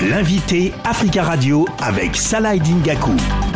L'invité Africa Radio avec Salah Eddine Gakou.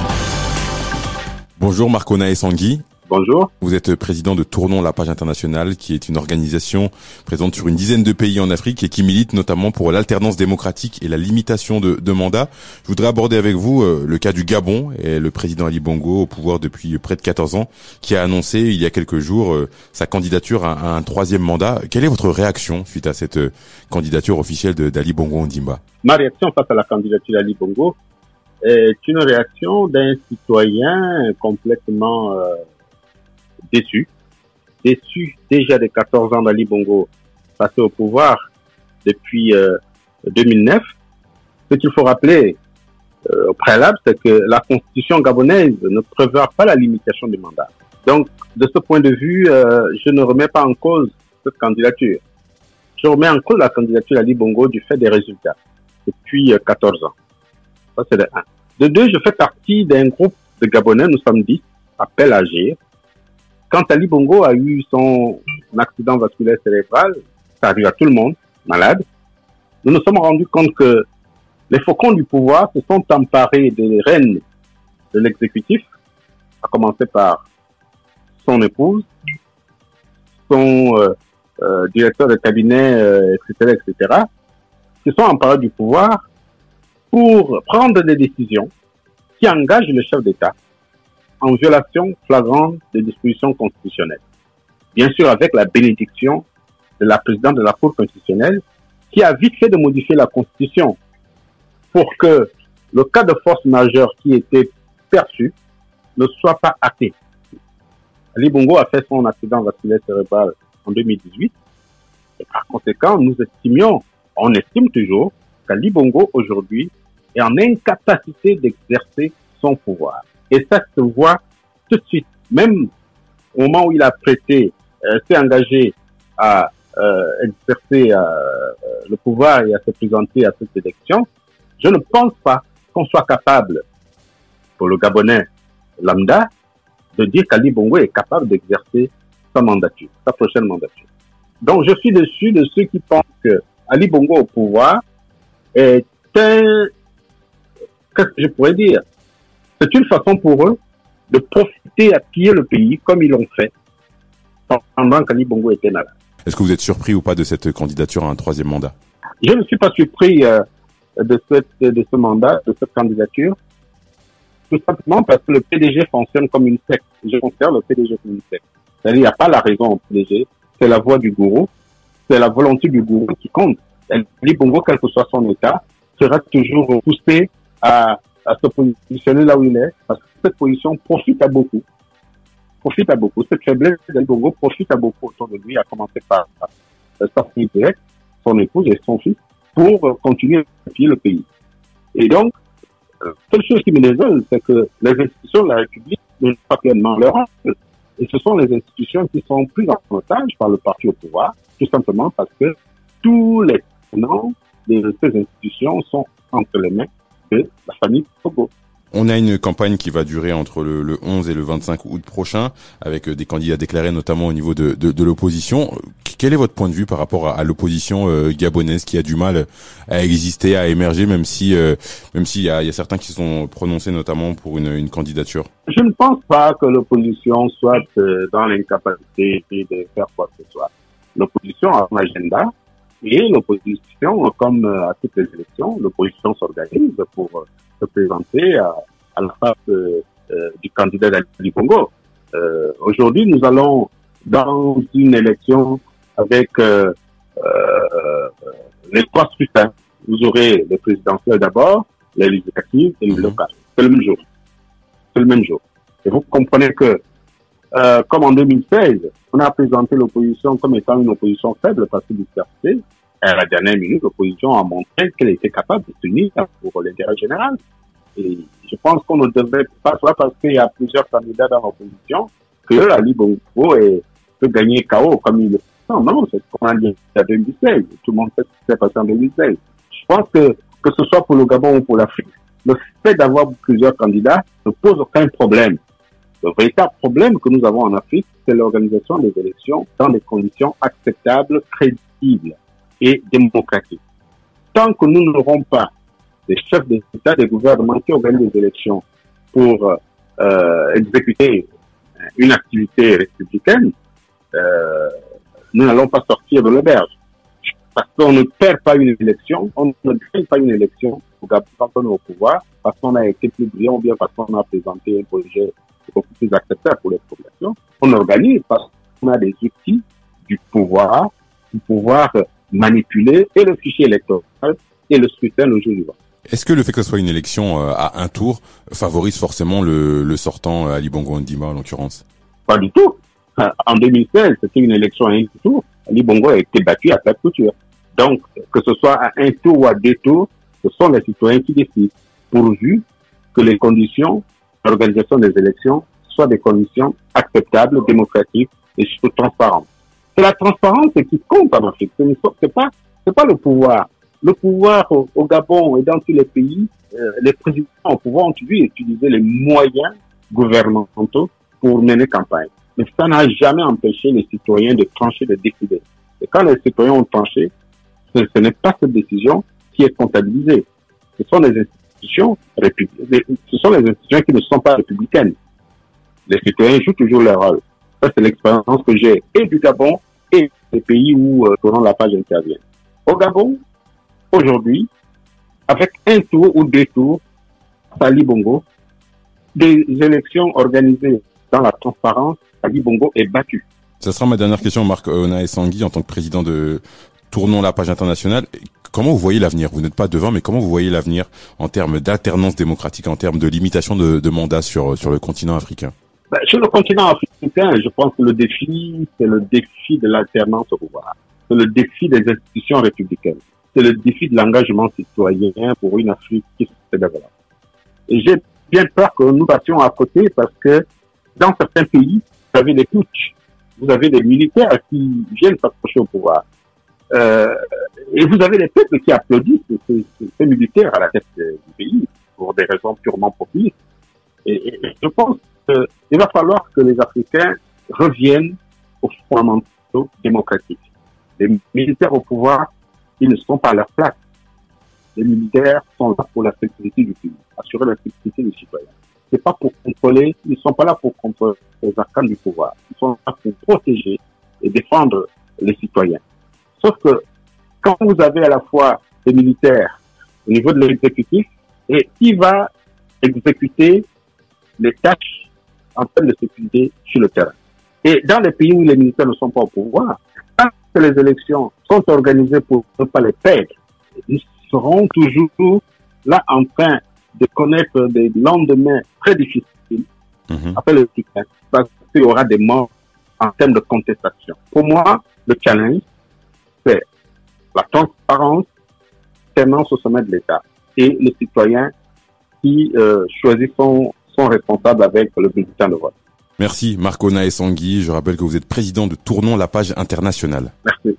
Bonjour Marcona Essangui. Bonjour. Vous êtes président de Tournons la page internationale, qui est une organisation présente sur une dizaine de pays en Afrique et qui milite notamment pour l'alternance démocratique et la limitation de mandats. Je voudrais aborder avec vous le cas du Gabon et le président Ali Bongo, au pouvoir depuis près de 14 ans, qui a annoncé il y a quelques jours sa candidature à un troisième mandat. Quelle est votre réaction suite à cette candidature officielle d'Ali Bongo Ondimba? Ma réaction face à la candidature d'Ali Bongo est une réaction d'un citoyen complètement déçu déjà de 14 ans d'Ali Bongo passé au pouvoir depuis 2009. Ce qu'il faut rappeler au préalable, c'est que la constitution gabonaise ne prévoit pas la limitation du mandat. Donc, de ce point de vue, je ne remets pas en cause cette candidature. Je remets en cause la candidature d'Ali Bongo du fait des résultats depuis 14 ans. Ça, c'est de 1. De 2, je fais partie d'un groupe de Gabonais, nous sommes 10, appel à agir. Quand Ali Bongo a eu son accident vasculaire cérébral, ça arrive à tout le monde, malade, nous nous sommes rendus compte que les faucons du pouvoir se sont emparés des rênes de l'exécutif, à commencer par son épouse, son directeur de cabinet, etc., etc., qui sont emparés du pouvoir pour prendre des décisions qui engagent le chef d'État en violation flagrante des dispositions constitutionnelles. Bien sûr, avec la bénédiction de la présidente de la Cour constitutionnelle, qui a vite fait de modifier la Constitution pour que le cas de force majeure qui était perçu ne soit pas acté. Ali Bongo a fait son accident vasculaire cérébral en 2018, et par conséquent, on estime toujours qu'Ali Bongo aujourd'hui est en incapacité d'exercer son pouvoir. Et ça se voit tout de suite. Même au moment où il a s'est engagé à exercer le pouvoir et à se présenter à cette élection, je ne pense pas qu'on soit capable, pour le Gabonais lambda, de dire qu'Ali Bongo est capable d'exercer sa prochaine mandature. Donc je suis déçu de ceux qui pensent que Ali Bongo au pouvoir est qu'est-ce que je pourrais dire? C'est une façon pour eux de profiter à piller le pays comme ils l'ont fait pendant qu'Ali Bongo était malade. Est-ce que vous êtes surpris ou pas de cette candidature à un troisième mandat? Je ne suis pas surpris de ce mandat, de cette candidature, tout simplement parce que le PDG fonctionne comme une secte. Je considère le PDG comme une secte. C'est-à-dire, il n'y a pas la raison au PDG, c'est la voix du gourou, c'est la volonté du gourou qui compte. Ali Bongo, quel que soit son état, sera toujours poussé à se positionner là où il est, parce que cette position profite à beaucoup. Cette faiblesse d'Ali Bongo profite à beaucoup autour de lui, à commencer par sa fille directe, son épouse et son fils, pour continuer à piller le pays. Et donc, seule chose qui me désole, c'est que les institutions de la République ne jouent pas pleinement leur rôle. Et ce sont les institutions qui sont prises en otage par le parti au pouvoir, tout simplement parce que tous les tenants de ces institutions sont entre les mains de la famille Bongo. On a une campagne qui va durer entre le 11 et le 25 août prochain, avec des candidats déclarés notamment au niveau de l'opposition. Quel est votre point de vue par rapport à l'opposition gabonaise qui a du mal à exister, à émerger, même s'il y a certains qui sont prononcés notamment pour une candidature? Je ne pense pas que l'opposition soit dans l'incapacité de faire quoi que ce soit. L'opposition a un agenda. Et l'opposition, comme à toutes les élections, l'opposition s'organise pour se présenter à la face du candidat d'Ali Bongo. Aujourd'hui, nous allons dans une élection avec les 3 scrutins. Vous aurez le présidentiel d'abord, les législatives et le local. C'est le même jour. Et vous comprenez que comme en 2016, on a présenté l'opposition comme étant une opposition faible parce que dispersée. À la dernière minute, l'opposition a montré qu'elle était capable de s'unir pour l'intérêt général. Et je pense qu'on ne devrait pas, soit parce qu'il y a plusieurs candidats dans l'opposition, que Ali Bongo peut gagner KO comme il le fait. Non, c'est ce qu'on a dit en 2016. Tout le monde sait ce qui s'est passé en 2016. Je pense que ce soit pour le Gabon ou pour l'Afrique, le fait d'avoir plusieurs candidats ne pose aucun problème. Le véritable problème que nous avons en Afrique, c'est l'organisation des élections dans des conditions acceptables, crédibles et démocratiques. Tant que nous n'aurons pas des chefs d'État, des gouvernements qui organisent des élections pour exécuter une activité républicaine, nous n'allons pas sortir de l'auberge. Parce qu'on ne perd pas une élection, on ne gagne pas une élection quand on est au pouvoir, parce qu'on a été plus brillant ou bien parce qu'on a présenté un projet beaucoup plus acceptable pour les populations. On organise parce qu'on a des outils du pouvoir pour pouvoir manipuler et le fichier électoral et le scrutin le jour du vote. Est-ce que le fait que ce soit une élection à un tour favorise forcément le sortant Ali Bongo Ondimba en l'occurrence? Pas du tout. En 2016, c'était une élection à un tour. Ali Bongo a été battu à plat de couture. Donc, que ce soit à un tour ou à deux tours, ce sont les citoyens qui décident, pourvu que les conditions d'organisation des élections soient des conditions acceptables, démocratiques et surtout transparentes. C'est la transparence qui compte en Afrique. C'est pas le pouvoir. Le pouvoir au Gabon et dans tous les pays, les présidents au pouvoir ont toujours utilisé les moyens gouvernementaux pour mener campagne. Mais ça n'a jamais empêché les citoyens de trancher, de décider. Et quand les citoyens ont tranché, ce n'est pas cette décision qui est comptabilisée. Ce sont les institutions qui ne sont pas républicaines. Les citoyens jouent toujours leur rôle. Ça, c'est l'expérience que j'ai et du Gabon et des pays où Tournons la page intervient. Au Gabon, aujourd'hui, avec un tour ou deux tours, Ali Bongo, des élections organisées dans la transparence, Ali Bongo est battu. Ça sera ma dernière question, Marc Onae-Sangui, en tant que président de Tournons la page internationale. Comment vous voyez l'avenir? Vous n'êtes pas devant, mais comment vous voyez l'avenir en termes d'alternance démocratique, en termes de limitation de mandats sur le continent africain? Sur le continent africain, je pense que le défi, c'est le défi de l'alternance au pouvoir. C'est le défi des institutions républicaines. C'est le défi de l'engagement citoyen pour une Afrique qui se développe. Et j'ai bien peur que nous passions à côté parce que dans certains pays, vous avez des putschs, vous avez des militaires qui viennent s'approcher au pouvoir. Et vous avez les peuples qui applaudissent ces militaires à la tête du pays pour des raisons purement populistes. Et je pense qu'il va falloir que les Africains reviennent aux fondamentaux démocratiques. Les militaires au pouvoir, ils ne sont pas à leur place. Les militaires sont là pour la sécurité du pays, assurer la sécurité des citoyens. C'est pas pour contrôler, ils ne sont pas là pour contrôler les arcanes du pouvoir. Ils sont là pour protéger et défendre les citoyens. Sauf que quand vous avez à la fois des militaires au niveau de l'exécutif et qui va exécuter les tâches en termes de sécurité sur le terrain. Et dans les pays où les militaires ne sont pas au pouvoir, quand les élections sont organisées pour ne pas les perdre, ils seront toujours là en train de connaître des lendemains très difficiles après le scrutin, parce qu'il y aura des morts en termes de contestation. Pour moi, le challenge, c'est la transparence, tenance au sommet de l'État et le citoyen qui choisit son responsable avec le bulletin de vote. Merci Marc Onae-Sangui. Je rappelle que vous êtes président de Tournons la page internationale. Merci.